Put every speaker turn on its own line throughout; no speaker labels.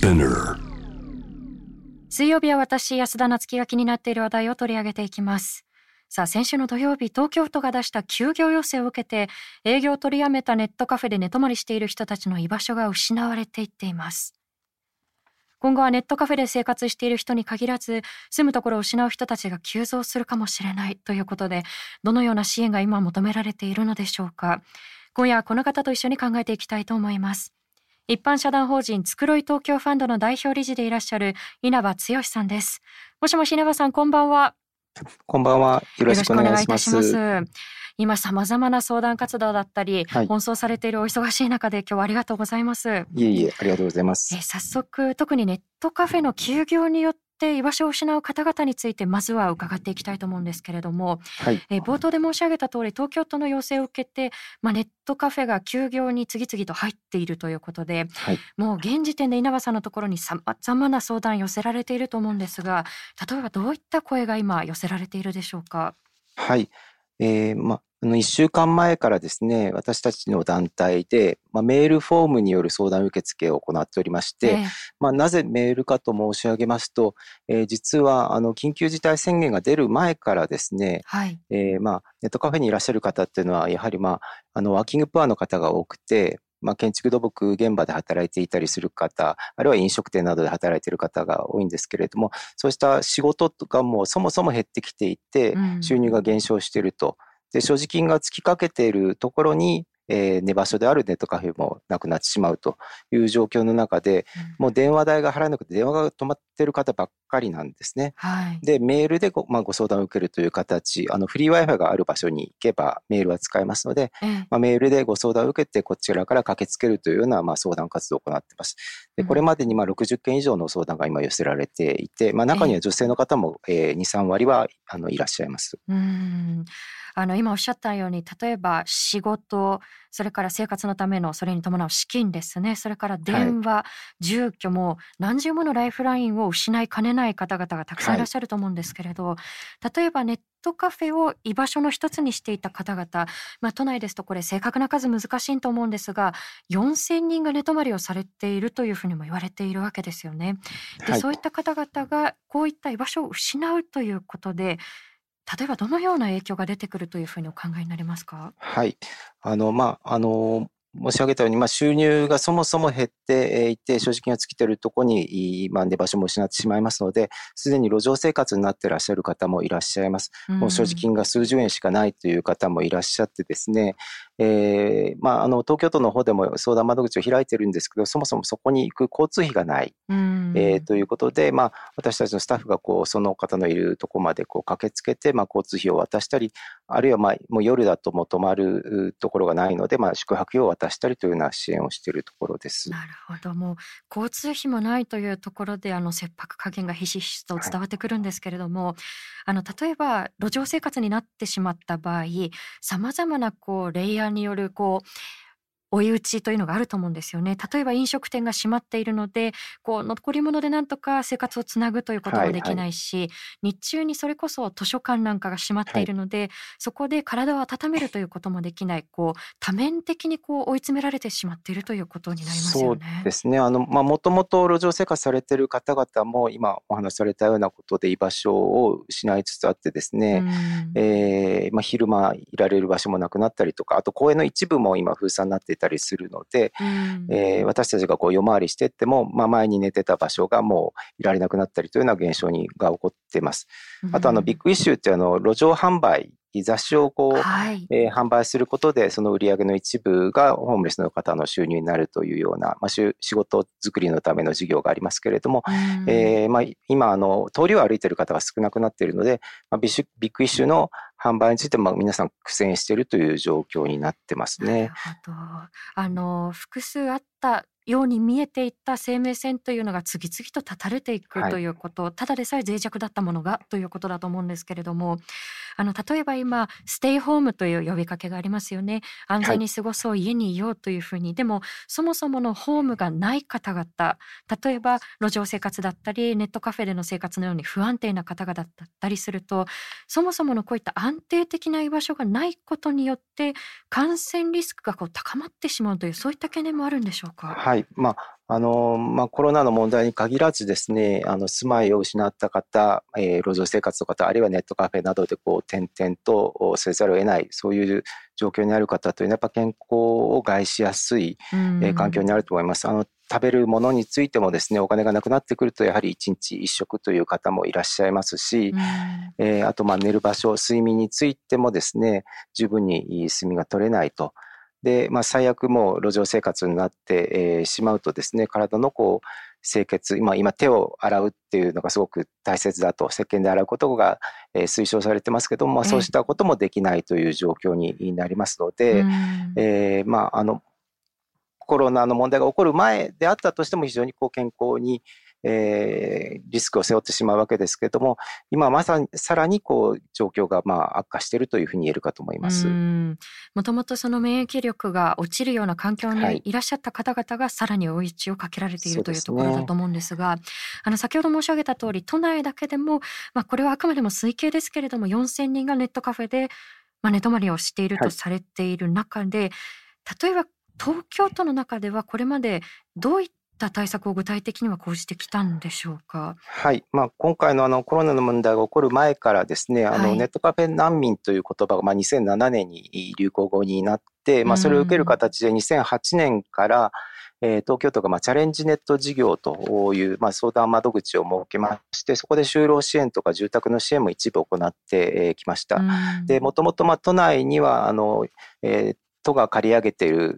Spinner。
水曜日は私安田夏樹が気になっている話題を取り上げていきます。さあ、先週の土曜日、東京都が出した休業要請を受けて営業を取りやめたネットカフェで寝泊まりしている人たちの居場所が失われていっています。今後はネットカフェで生活している人に限らず、住むところを失う人たちが急増するかもしれないということで、どのような支援が今求められているのでしょうか。今夜はこの方と一緒に考えていきたいと思います。一般社団法人つくろい東京ファンドの代表理事でいらっしゃる稲葉剛さんです。もしもし稲葉さん、こんばんは。
こんばんは。よろしくお願いします。
よろしくお願いいたします。今様々な相談活動だったり、
はい、
奔走されているお忙しい中で今日はありがとうございます。
いえいえ、ありがとうございます。
早速、特にネットカフェの休業によって居場所を失う方々についてまずは伺っていきたいと思うんですけれども、
はい、
冒頭で申し上げた通り東京都の要請を受けて、ネットカフェが休業に次々と入っているということで、
はい、
もう現時点で稲葉さんのところにさまざまな相談寄せられていると思うんですが、例えばどういった声が今寄せられているでしょうか。
はい、1週間前からですね、私たちの団体で、メールフォームによる相談受付を行っておりまして、なぜメールかと申し上げますと、実は緊急事態宣言が出る前からですね、
はい、
ネットカフェにいらっしゃる方っていうのはやはりワーキングプアの方が多くて、建築土木現場で働いていたりする方、あるいは飲食店などで働いている方が多いんですけれども、そうした仕事がもうそもそも減ってきていて、収入が減少していると。で、所持金が尽きかけているところに、寝場所であるネットカフェもなくなってしまうという状況の中で、もう電話代が払えなくて電話が止まっている方ばっかりなんですね。
はい、で
メールでご相談を受けるという形、フリー Wi-Fi がある場所に行けばメールは使えますので、メールでご相談を受けてこちらから駆けつけるというような相談活動を行っています。で、これまでに60件以上の相談が今寄せられていて、中には女性の方も2、3割はいらっしゃいます。
今おっしゃったように、例えば仕事、それから生活のためのそれに伴う資金ですね、それから電話、住居も何十ものライフラインを失いかねない方々がたくさんいらっしゃると思うんですけれど、例えばネットカフェを居場所の一つにしていた方々、都内ですとこれ正確な数難しいと思うんですが、4000人が寝泊まりをされているというふうにも言われているわけですよね。で、そういった方々がこういった居場所を失うということで、例えばどのような影響が出てくるというふうにお考えになりますか。
はい。申し上げたように、収入がそもそも減っていて、所持金が尽きているところに、寝場所も失ってしまいますので、すでに路上生活になっていらっしゃる方もいらっしゃいます。もう所持金が数十円しかないという方もいらっしゃってですね、東京都の方でも相談窓口を開いてるんですけど、そもそもそこに行く交通費がない、ということで、私たちのスタッフがその方のいるところまで駆けつけて、交通費を渡したり、あるいはもう夜だともう泊まるところがないので、宿泊費を渡したりというような支援をしているところです。
なるほど。もう交通費もないというところで切迫加減がひしひしと伝わってくるんですけれども、例えば路上生活になってしまった場合、さまざまなレイヤーによる追い打ちというのがあると思うんですよね。例えば飲食店が閉まっているので、残り物でなんとか生活をつなぐということもできないし、日中にそれこそ図書館なんかが閉まっているので、そこで体を温めるということもできない、多面的に追い詰められてしまっているということになりますよね。
そうですね。もともと路上生活されている方々も今お話しされたようなことで居場所を失いつつあってですね、昼間いられる場所もなくなったりとか、あと公園の一部も今封鎖になっていたりするので、私たちが夜回りしていっても、前に寝てた場所がもういられなくなったりというような現象が起こっています。あとビッグイシューって路上販売、雑誌を販売することで、その売り上げの一部がホームレスの方の収入になるというような、仕事作りのための事業がありますけれども、今通りを歩いている方が少なくなっているので、ビッグイシューの販売についても皆さん苦戦しているという状況になってますね。
なるほど。複数あったように見えていた生命線というのが次々と断たれていくということ、ただでさえ脆弱だったものがということだと思うんですけれども、例えば今ステイホームという呼びかけがありますよね。安全に過ごそう、家にいようというふうに。でもそもそものホームがない方々、例えば路上生活だったりネットカフェでの生活のように不安定な方々だったりすると、そもそものこういった安定的な居場所がないことによって感染リスクが高まってしまうという、そういった懸念もあるんでしょうか。
はい。 コロナの問題に限らずですね、住まいを失った方、路上生活の方、あるいはネットカフェなどで転々とせざるを得ない、そういう状況にある方というのは、やっぱ健康を害しやすい、環境にあると思います。食べるものについてもですね、お金がなくなってくると、やはり一日一食という方もいらっしゃいますし、あと寝る場所、睡眠についてもですね、十分に睡眠が取れないと。で、最悪もう路上生活になって、しまうとですね、体の清潔、今手を洗うっていうのがすごく大切だと、石鹸で洗うことが、推奨されてますけども、そうしたこともできないという状況になりますので、コロナの問題が起こる前であったとしても非常に健康に、リスクを背負ってしまうわけですけれども、今まさにさらに状況が悪化しているというふうに言えるかと思います。
もともとその免疫力が落ちるような環境にいらっしゃった方々がさらに追い打ちをかけられているというところだと思うんですが、先ほど申し上げた通り、都内だけでも、これはあくまでも推計ですけれども、4000人がネットカフェで、寝泊まりをしているとされている中で、例えば東京都の中ではこれまでどういった対策を具体的には講じてきたんでしょうか。
はい、今回のコロナの問題が起こる前からですね、ネットカフェ難民という言葉が2007年に流行語になって、それを受ける形で2008年から東京都がチャレンジネット事業という相談窓口を設けまして、そこで就労支援とか住宅の支援も一部行ってきました。で、もともと都内には都が借り上げている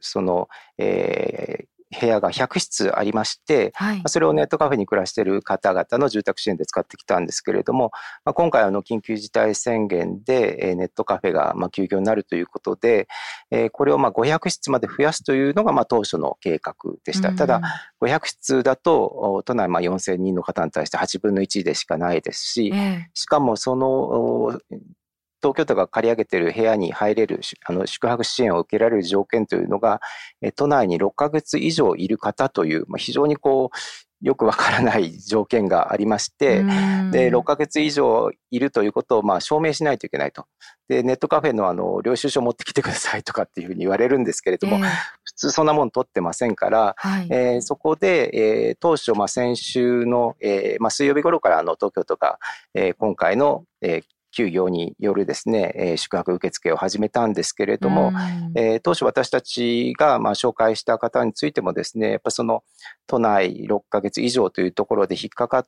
部屋が100室ありまして、それをネットカフェに暮らしている方々の住宅支援で使ってきたんですけれども、今回緊急事態宣言でネットカフェが休業になるということで、これを500室まで増やすというのが当初の計画でした。ただ500室だと都内4000人の方に対して8分の1でしかないですし、しかも東京都が借り上げている部屋に入れる宿泊支援を受けられる条件というのが、都内に6ヶ月以上いる方という、非常によくわからない条件がありまして、で6ヶ月以上いるということを証明しないといけないと。でネットカフェの領収書を持ってきてくださいとかっていうふうに言われるんですけれども、普通そんなもん取ってませんから、そこで、当初先週の、水曜日頃から東京都が、今回の、休業によるですね、宿泊受付を始めたんですけれども、当初私たちが紹介した方についてもですね、やっぱ都内6ヶ月以上というところで引っかかって、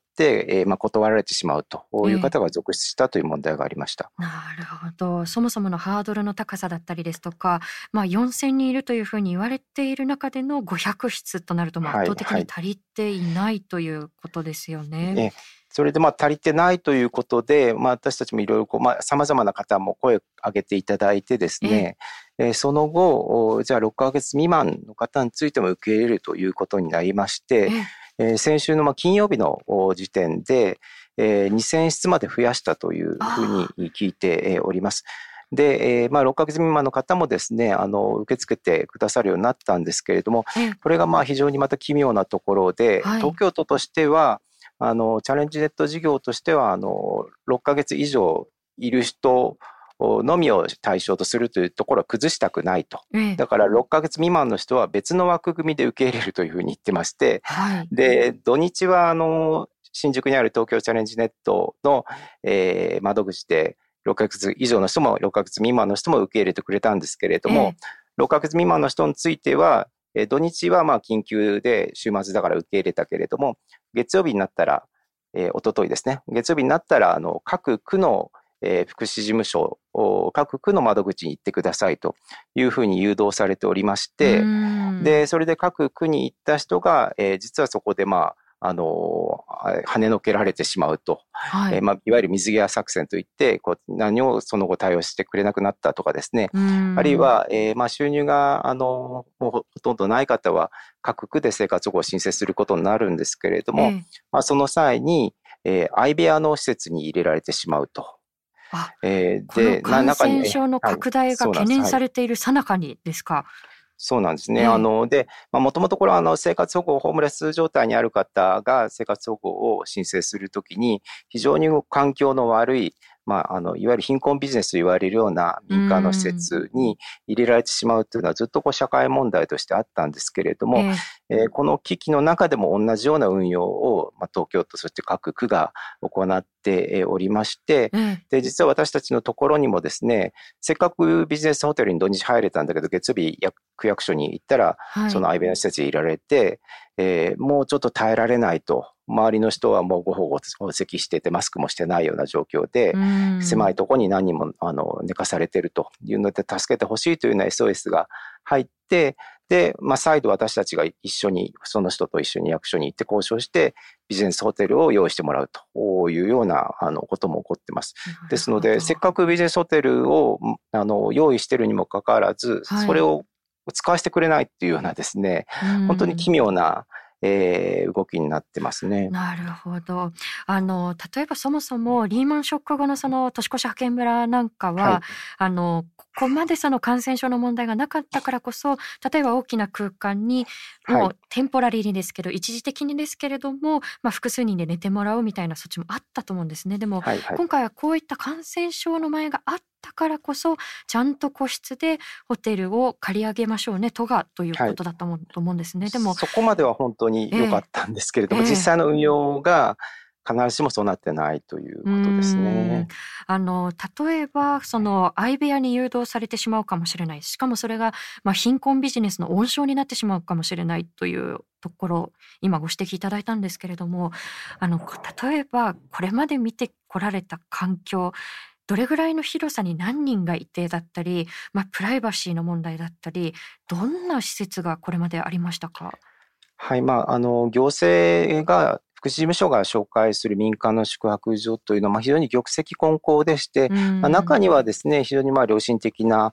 断られてしまうという方が続出したという問題がありました。
なるほど。そもそものハードルの高さだったりですとか、4000人いるというふうに言われている中での500室となると圧倒的に足りていないということですよね。
それで足りてないということで、私たちもいろいろ様々な方も声を上げていただいてですね、その後、じゃあ6ヶ月未満の方についても受け入れるということになりまして、先週の金曜日の時点で、2000室まで増やしたというふうに聞いております。で、6ヶ月未満の方もですね、受け付けてくださるようになったんですけれども、これが非常にまた奇妙なところで、東京都としては、チャレンジネット事業としては6ヶ月以上いる人のみを対象とするというところは崩したくないと。だから6ヶ月未満の人は別の枠組みで受け入れるというふうに言ってまして、で土日は新宿にある東京チャレンジネットの、窓口で6ヶ月以上の人も6ヶ月未満の人も受け入れてくれたんですけれども、6ヶ月未満の人については土日は緊急で週末だから受け入れたけれども、月曜日になったら、一昨日ですね、月曜日になったら各区の、福祉事務所、各区の窓口に行ってくださいというふうに誘導されておりまして、でそれで各区に行った人が、実はそこで跳ねのけられてしまうと、いわゆる水際作戦といって何をその後対応してくれなくなったとかですね、あるいは、収入がもうほとんどない方は各区で生活保護を申請することになるんですけれども、その際に、相部屋の施設に入れられてしまうと。
この感染症の拡大が懸念されている最中にですか。
そうなんですね。で、もともとこれは生活保護、ホームレス状態にある方が生活保護を申請するときに、非常に環境の悪いいわゆる貧困ビジネスと言われるような民間の施設に入れられてしまうというのはずっと社会問題としてあったんですけれども、この危機の中でも同じような運用を、東京都そして各区が行っておりまして、で実は私たちのところにもですね、せっかくビジネスホテルに土日入れたんだけど、月曜日区役所に行ったら、その相部屋の施設にいられて、もうちょっと耐えられないと、周りの人はもうご保護席しててマスクもしてないような状況で、狭いところに何人も寝かされているというので、助けてほしいというような SOS が入って、で、再度私たちが一緒に、その人と一緒に役所に行って交渉して、ビジネスホテルを用意してもらうというようなことも起こっています。ですので、せっかくビジネスホテルを用意しているにもかかわらず、それを使わせてくれないっていうようなですね、本当に奇妙な動きになってますね。
なるほど。例えばそもそもリーマンショック後のその年越し派遣村なんかは、ここまでその感染症の問題がなかったからこそ、例えば大きな空間にもうテンポラリーにですけど、一時的にですけれども、複数人で寝てもらうみたいな措置もあったと思うんですね。でも、今回はこういった感染症の前があったからこそ、ちゃんと個室でホテルを借り上げましょうね、都がということだったと思うんですね。でも
そこまでは本当に良かったんですけれども、実際の運用が必ずしもそうなってないということですね。
例えばその相部屋に誘導されてしまうかもしれない。しかもそれが貧困ビジネスの温床になってしまうかもしれないというところ、今ご指摘いただいたんですけれども、例えばこれまで見てこられた環境、どれぐらいの広さに何人がいてだったり、プライバシーの問題だったり、どんな施設がこれまでありましたか？
はい、行政が福祉事務所が紹介する民間の宿泊所というのは、非常に玉石混交でして、中にはですね、非常に良心的な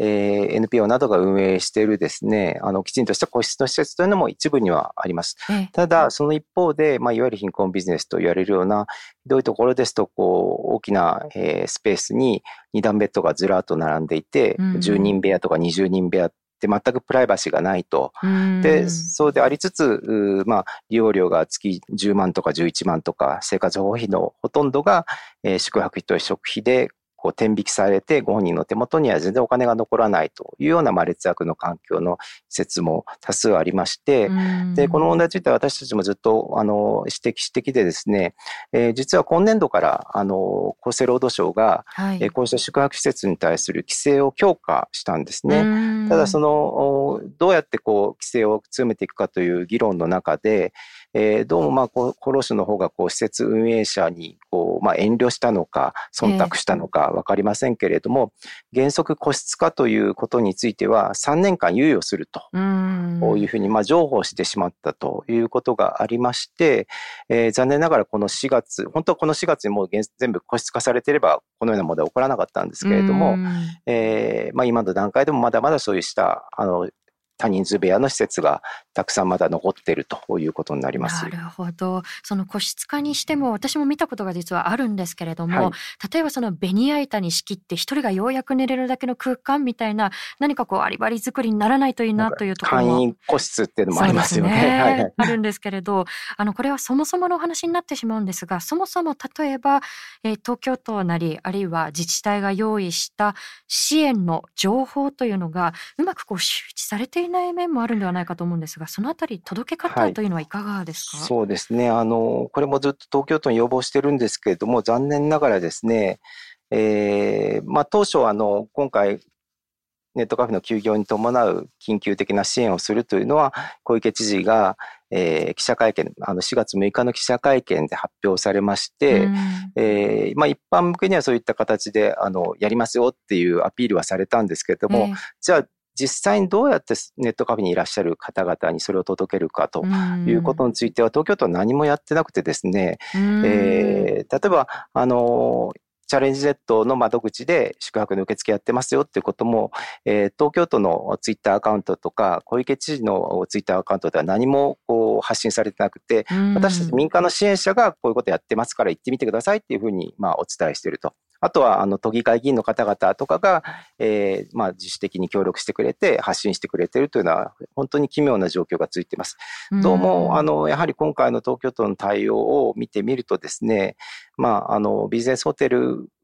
NPO などが運営しているですね、きちんとした個室の施設というのも一部にはあります。ただ、その一方で、いわゆる貧困ビジネスと言われるような、ひどいところですと、大きなスペースに2段ベッドがずらっと並んでいて、10人部屋とか20人部屋で全くプライバシーがないと。で、そうでありつつ、利用料が月10万とか11万とか、生活保護費のほとんどが、宿泊費と食費で天引きされて、ご本人の手元には全然お金が残らないというような劣悪の環境の施設も多数ありまして、で、この問題については私たちもずっと指摘してきてですね、実は今年度から厚生労働省が、こうした宿泊施設に対する規制を強化したんですね。ただどうやって規制を強めていくかという議論の中で、どうも厚労省の方が施設運営者に遠慮したのか忖度したのか分かりませんけれども、原則個室化ということについては3年間猶予するというふうに譲歩してしまったということがありまして、残念ながらこの4月、本当はこの4月にもう全部個室化されていればこのような問題は起こらなかったんですけれども、今の段階でもまだまだそうした多人数部屋の施設がたくさんまだ残っているということになります。
なるほど。その個室化にしても私も見たことが実はあるんですけれども、例えばそのベニヤ板に仕切って一人がようやく寝れるだけの空間みたいな、何かアリバリ作りにならないといいなというところも。
簡易個室っていうのもありますよね。
あるんですけれど、これはそもそものお話になってしまうんですが、そもそも例えば、東京都なりあるいは自治体が用意した支援の情報というのがうまく周知されていない面もあるんではないかと思うんですが、そのあたり届け方というのはいかがですか？
そうですね。これもずっと東京都に要望してるんですけれども、残念ながらですね、当初今回ネットカフェの休業に伴う緊急的な支援をするというのは小池知事が、記者会見4月6日の記者会見で発表されまして、一般向けにはそういった形でやりますよっていうアピールはされたんですけれども、じゃあ実際にどうやってネットカフェにいらっしゃる方々にそれを届けるかということについては東京都は何もやってなくてですね、例えばチャレンジネットの窓口で宿泊の受付やってますよっていうことも、東京都のツイッターアカウントとか小池知事のツイッターアカウントでは何も発信されてなくて、私たち民間の支援者がこういうことやってますから行ってみてくださいっていうふうにお伝えしていると。あとは都議会議員の方々とかが、自主的に協力してくれて発信してくれているというのは本当に奇妙な状況がついています。どうもやはり今回の東京都の対応を見てみるとですね、ビジネスホテル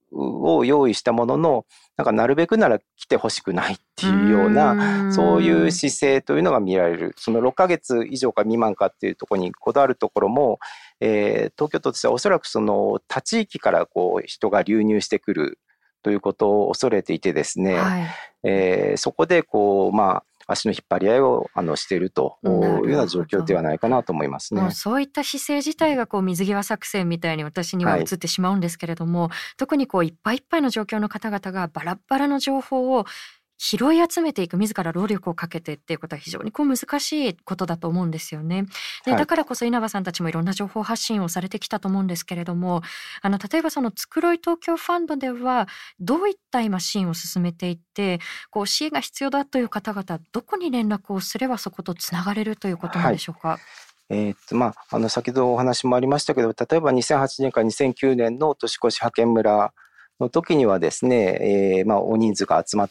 を用意したものの、なんかなるべくなら来てほしくないっていうような、そういう姿勢というのが見られる。その6ヶ月以上か未満かっていうところにこだわるところも、東京都としてはおそらくその他地域からこう人が流入してくるということを恐れていてですね、そこでこう、足の引っ張り合いをしているというような状況ではないかなと思いますね。
もうそういった姿勢自体がこう水際作戦みたいに私には映ってしまうんですけれども、特にこういっぱいいっぱいの状況の方々がバラバラの情報を拾い集めていく、自ら労力をかけてっていうことは非常にこう難しいことだと思うんですよね。で、だからこそ稲葉さんたちもいろんな情報発信をされてきたと思うんですけれども、例えばそのつくろい東京ファンドではどういった今支援を進めていって、こう支援が必要だという方々、どこに連絡をすればそことつながれるということなんでしょうか。
先ほどお話もありましたけど、例えば2008年から2009年の年越し派遣村の時にはですね、大人数が集まった、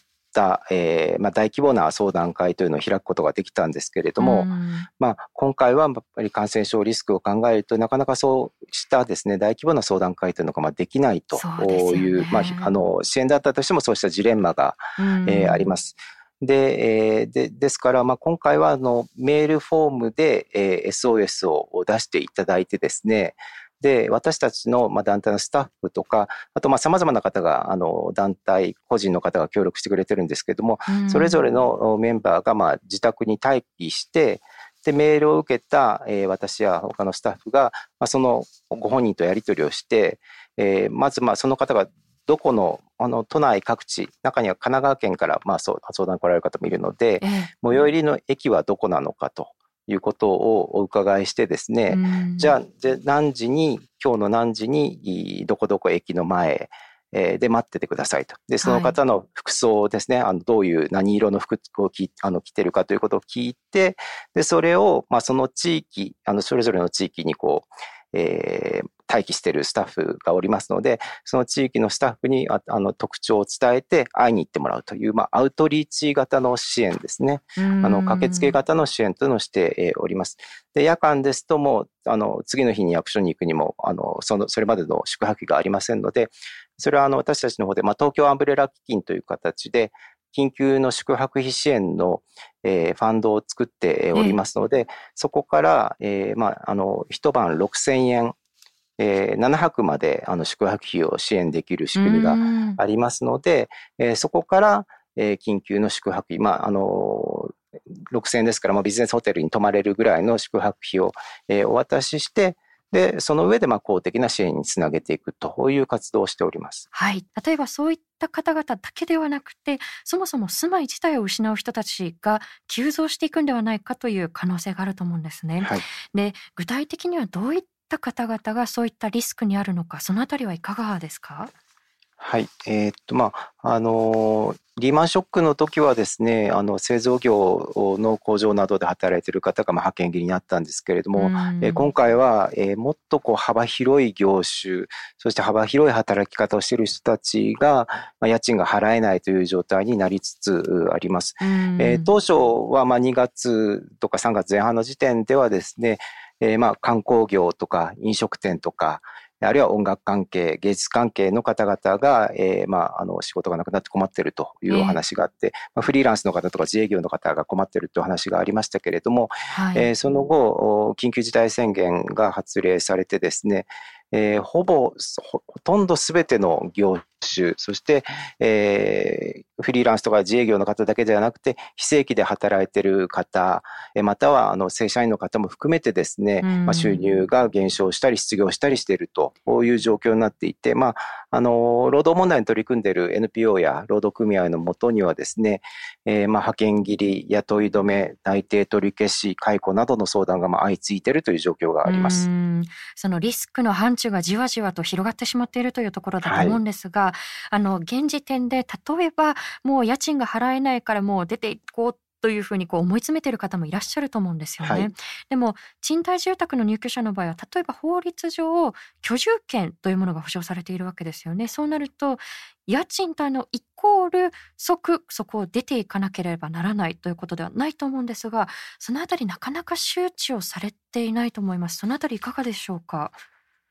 大規模な相談会というのを開くことができたんですけれども、今回はやっぱり感染症リスクを考えるとなかなかそうしたですね大規模な相談会というのができないという、支援だったとしてもそうしたジレンマが、あります。ですから、今回はメールフォームで、SOS を出していただいてですね、で私たちの団体のスタッフとか、あと様々な方が団体個人の方が協力してくれてるんですけども、それぞれのメンバーが自宅に待機して、でメールを受けた、私や他のスタッフが、そのご本人とやり取りをして、まずその方がどこの都内各地、中には神奈川県から相談来られる方もいるので、最寄りの駅はどこなのかということをお伺いしてですね、じゃあ今日の何時にどこどこ駅の前で待っててくださいと。でその方の服装ですね、どういう何色の服を着てるかということを聞いて、でそれをその地域それぞれの地域に待機しているスタッフがおりますので、その地域のスタッフに特徴を伝えて会いに行ってもらうという、アウトリーチ型の支援ですね。駆けつけ型の支援というのをしております。で夜間ですともう次の日に役所に行くにもそれまでの宿泊費がありませんので、それは私たちの方で、東京アンブレラ基金という形で緊急の宿泊費支援の、ファンドを作っておりますので、そこから、一晩6000円、7泊まで宿泊費を支援できる仕組みがありますので、そこから、緊急の宿泊費、6000円ですから、ビジネスホテルに泊まれるぐらいの宿泊費を、お渡しして、でその上で公的な支援につなげていくという活動をしております。
はい、例えばそういった方々だけではなくて、そもそも住まい自体を失う人たちが急増していくんではないかという可能性があると思うんですね。で具体的にはどういった方々がそういったリスクにあるのか、そのあたりはいかがですか？
はい、リーマンショックの時はですね、製造業の工場などで働いている方が派遣切りになったんですけれども、今回は、もっと幅広い業種、そして幅広い働き方をしている人たちが、家賃が払えないという状態になりつつあります。当初は2月とか3月前半の時点ではですね、観光業とか飲食店とか、あるいは音楽関係、芸術関係の方々が、仕事がなくなって困っているというお話があって、フリーランスの方とか自営業の方が困っているという話がありましたけれども、その後、緊急事態宣言が発令されてですね、ほとんど全ての業種、そして、フリーランスとか自営業の方だけではなくて、非正規で働いている方、または正社員の方も含めてですね、収入が減少したり失業したりしているという状況になっていて、労働問題に取り組んでいる NPO や労働組合のもとにはですね、派遣切り、雇い止め、内定取り消し、解雇などの相談が相次いでいるという状況があります。
そのリスクの範疇がじわじわと広がってしまっているというところだと思うんですが、現時点で例えばもう家賃が払えないからもう出ていこうというふうに思い詰めている方もいらっしゃると思うんですよね。でも賃貸住宅の入居者の場合は例えば法律上居住権というものが保障されているわけですよね。そうなると家賃とイコール即そこを出ていかなければならないということではないと思うんですが、そのあたりなかなか周知をされていないと思います。そのあたりいかがでしょうか？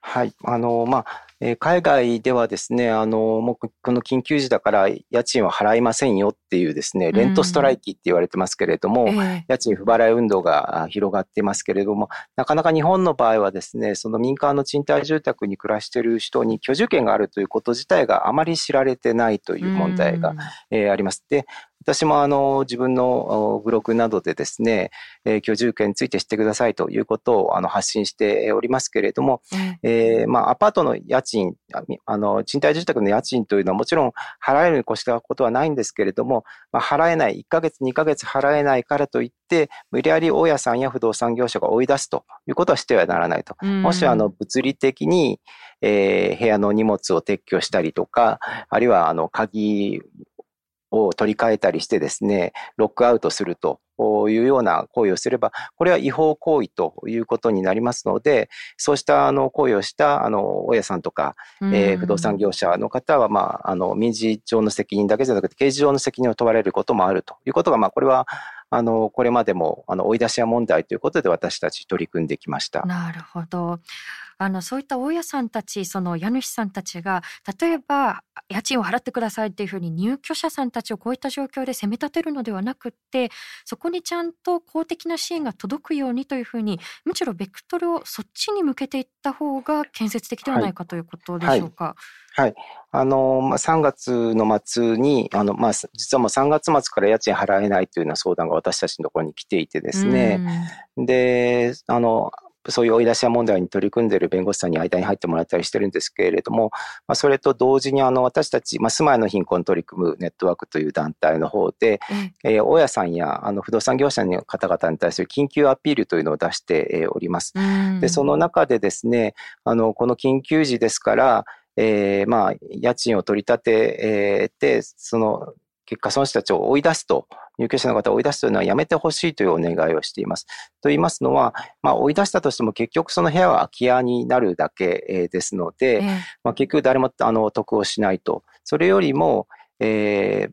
はい。海外ではですね、もうこの緊急時だから家賃は払いませんよっていうですね、レントストライキって言われてますけれども、家賃不払い運動が広がっていますけれども、なかなか日本の場合はですね、その民間の賃貸住宅に暮らしている人に居住権があるということ自体があまり知られてないという問題が、あります。で、私も自分のブログなどでですね、居住権について知ってくださいということを発信しておりますけれども、アパートの家賃、賃貸住宅の家賃というのはもちろん払えるに越したことはないんですけれども、払えない、1ヶ月、2ヶ月払えないからといって、無理やり大家さんや不動産業者が追い出すということはしてはならないと。もし物理的に、部屋の荷物を撤去したりとか、あるいは鍵を取り替えたりしてですね、ロックアウトするというような行為をすれば、これは違法行為ということになりますので、そうした行為をした大家さんとか、不動産業者の方は、民事上の責任だけじゃなくて、刑事上の責任を問われることもあるということが、これはこれまでも追い出し屋問題ということで私たち取り組んできました。
なるほど。そういった大家さんたち、その家主さんたちが、例えば家賃を払ってくださいっていうふうに入居者さんたちをこういった状況で責め立てるのではなくって、そこにちゃんと公的な支援が届くようにというふうに、むしろベクトルをそっちに向けていった方が建設的ではないかということでしょうか。
はい。3月の末に、実はもう3月末から家賃払えないというような相談が私たちのところに来ていてですね。で、そういう追い出し屋問題に取り組んでいる弁護士さんに間に入ってもらったりしてるんですけれども、それと同時に私たち、住まいの貧困に取り組むネットワークという団体の方で、大家さんや不動産業者の方々に対する緊急アピールというのを出しております。で、その中でですね、この緊急時ですから、家賃を取り立てて、結果その人たちを追い出すと、入居者の方を追い出すというのはやめてほしいというお願いをしています。と言いますのは、追い出したとしても結局その部屋は空き家になるだけですので、結局誰も得をしないと。それよりも、家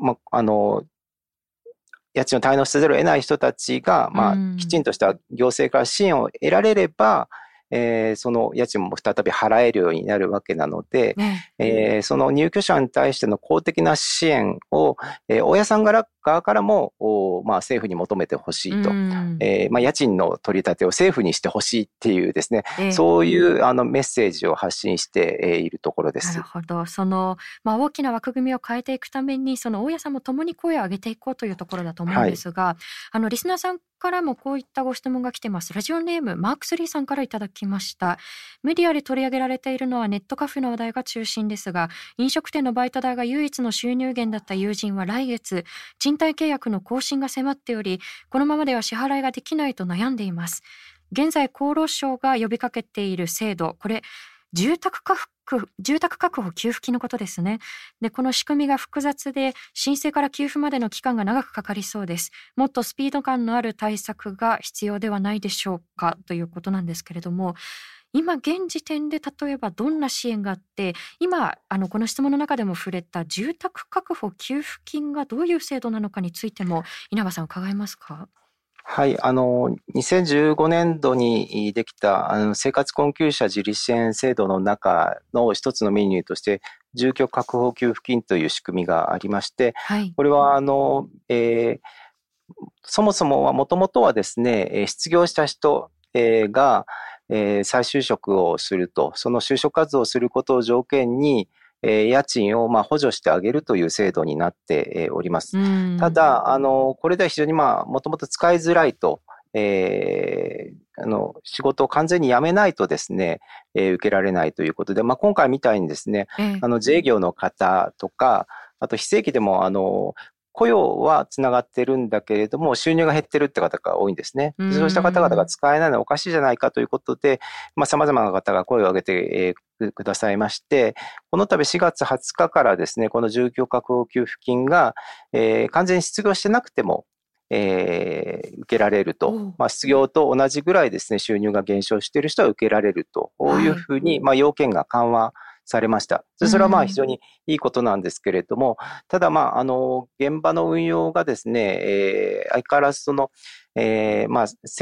賃を滞納せざるを得ない人たちが、きちんとした行政から支援を得られれば、その家賃も再び払えるようになるわけなので、その入居者に対しての公的な支援を、大家さん側からも、政府に求めてほしいと、家賃の取り立てを政府にしてほしいっていうですね、そういうメッセージを発信しているところです。
なるほど。大きな枠組みを変えていくために、その大家さんも共に声を上げていこうというところだと思うんですが、リスナーさんからもこういったご質問が来てます。ラジオネームマーク3さんからいただきました。メディアで取り上げられているのはネットカフェの話題が中心ですが、飲食店のバイト代が唯一の収入源だった友人は来月賃貸契約の更新が迫っており、このままでは支払いができないと悩んでいます。現在厚労省が呼びかけている制度、これ住宅確保給付金のことですね。で、この仕組みが複雑で、申請から給付までの期間が長くかかりそうです。もっとスピード感のある対策が必要ではないでしょうかということなんですけれども、今現時点で例えばどんな支援があって、今この質問の中でも触れた住宅確保給付金がどういう制度なのかについても稲葉さん伺えますか？
はい、2015年度にできた生活困窮者自立支援制度の中の一つのメニューとして、住居確保給付金という仕組みがありまして、これはそもそもはもともとはですね、失業した人が再就職をすると、その就職活動をすることを条件に、家賃を補助してあげるという制度になっております。ただ、これでは非常にもともと使いづらいと、仕事を完全に辞めないとですね、受けられないということで、今回みたいにですね、自営業の方とか、あと非正規でも雇用はつながってるんだけれども、収入が減ってるって方が多いんですね。そうした方々が使えないのはおかしいじゃないかということで、様々な方が声を上げてくださいまして、この度4月20日からですね、この住居確保給付金が、完全に失業してなくても、受けられると。失業と同じぐらいですね、収入が減少している人は受けられるというふうに、要件が緩和されました。それは非常にいいことなんですけれども、ただ現場の運用がですね、相変わらず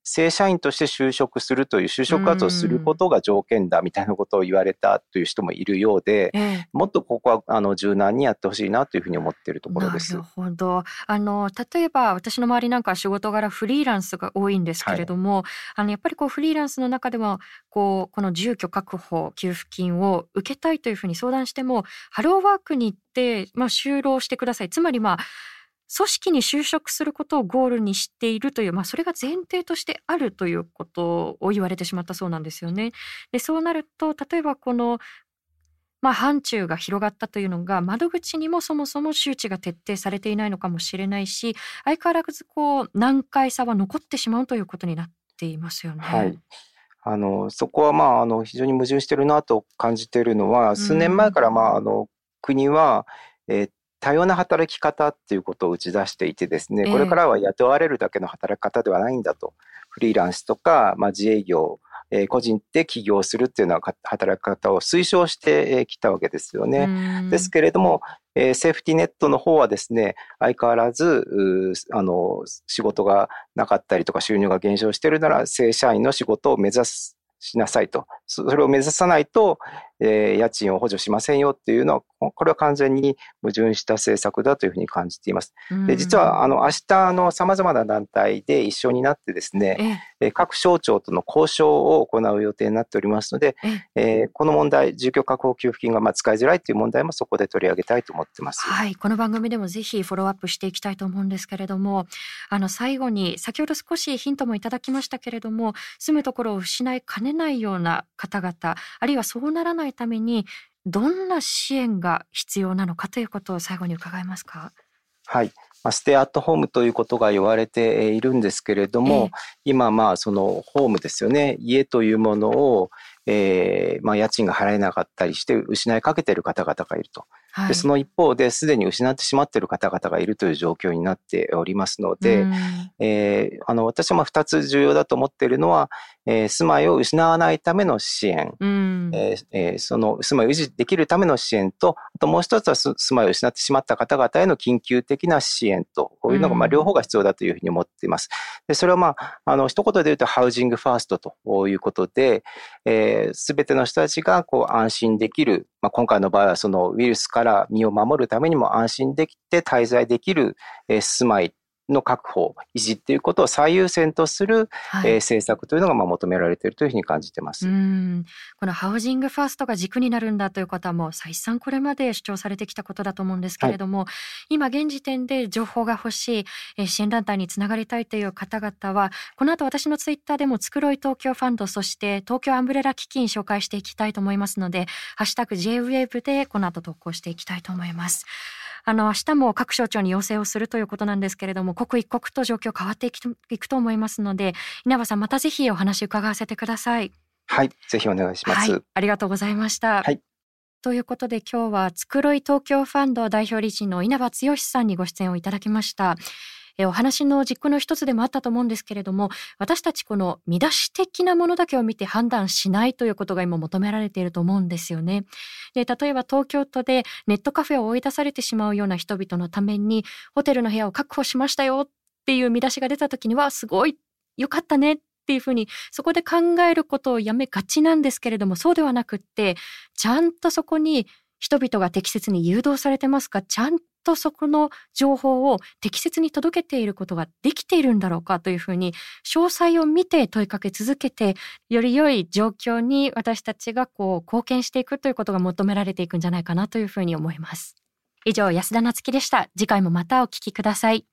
正社員として就職するという就職活動をすることが条件だみたいなことを言われたという人もいるようで、もっとここは柔軟にやってほしいなというふうに思っているところです。
なるほど。例えば私の周りなんかは仕事柄フリーランスが多いんですけれども、やっぱりフリーランスの中でもこの住居確保給付金を受けたいというふうに相談しても、ハローワークに行って、就労してください。つまり組織に就職することをゴールにしているという、それが前提としてあるということを言われてしまったそうなんですよね。で、そうなると、例えば範疇が広がったというのが、窓口にもそもそも周知が徹底されていないのかもしれないし、相変わらず難解さは残ってしまうということになっていますよね。
はい。そこは非常に矛盾してるなと感じているのは、数年前から国は、多様な働き方っていうことを打ち出していてですね、これからは雇われるだけの働き方ではないんだと、フリーランスとか、自営業、個人で起業するっていうような働き方を推奨してきたわけですよね。ですけれども、セーフティネットの方はですね、相変わらず仕事がなかったりとか収入が減少しているなら正社員の仕事を目指しなさいと。それを目指さないと、家賃を補助しませんよっていうのは、これは完全に矛盾した政策だというふうに感じています。で、実は明日様々な団体で一緒になってですね、各省庁との交渉を行う予定になっておりますので、この問題、住居確保給付金が使いづらいという問題もそこで取り上げたいと思っています。
はい、この番組でもぜひフォローアップしていきたいと思うんですけれども、最後に先ほど少しヒントもいただきましたけれども、住むところを失いかねないような方々、あるいはそうならないためにどんな支援が必要なのかということを最後に伺えますか？
はい。ステイアットホームということが言われているんですけれども、今そのホームですよね。家というものを、家賃が払えなかったりして失いかけている方々がいると。で、その一方ですでに失ってしまっている方々がいるという状況になっておりますので、私は2つ重要だと思っているのは、住まいを失わないための支援、その住まいを維持できるための支援と、あともう一つは住まいを失ってしまった方々への緊急的な支援と、こういうのが両方が必要だというふうに思っています。で、それは一言で言うとハウジングファーストということで、すべての人たちが安心できる、今回の場合はそのウイルスから身を守るためにも安心できて滞在できる住まいの確保、維持っていうことを最優先とする、政策というのが求められているというふうに感じています。
このハウジングファーストが軸になるんだということはもう再三これまで主張されてきたことだと思うんですけれども、今現時点で情報が欲しい、支援団体につながりたいという方々は、この後私のツイッターでもつくろい東京ファンド、そして東京アンブレラ基金紹介していきたいと思いますので、ハッシュタグ JWAVE でこの後投稿していきたいと思います。明日も各省庁に要請をするということなんですけれども、刻一刻と状況変わっていくと思いますので、稲葉さんまたぜひお話伺わせてください。
はい、ぜひお願いします。
ありがとうございました。ということで今日はつくろい東京ファンド代表理事の稲葉剛さんにご出演をいただきました。お話の軸の一つでもあったと思うんですけれども、私たちこの見出し的なものだけを見て判断しないということが今求められていると思うんですよね。で、例えば東京都でネットカフェを追い出されてしまうような人々のためにホテルの部屋を確保しましたよっていう見出しが出た時にはすごい良かったねっていうふうにそこで考えることをやめがちなんですけれども、そうではなくってちゃんとそこに人々が適切に誘導されてますか、ちゃんとそこの情報を適切に届けていることができているんだろうかというふうに詳細を見て問いかけ続けて、より良い状況に私たちが貢献していくということが求められていくんじゃないかなというふうに思います。以上、安田なつきでした。次回もまたお聞きください。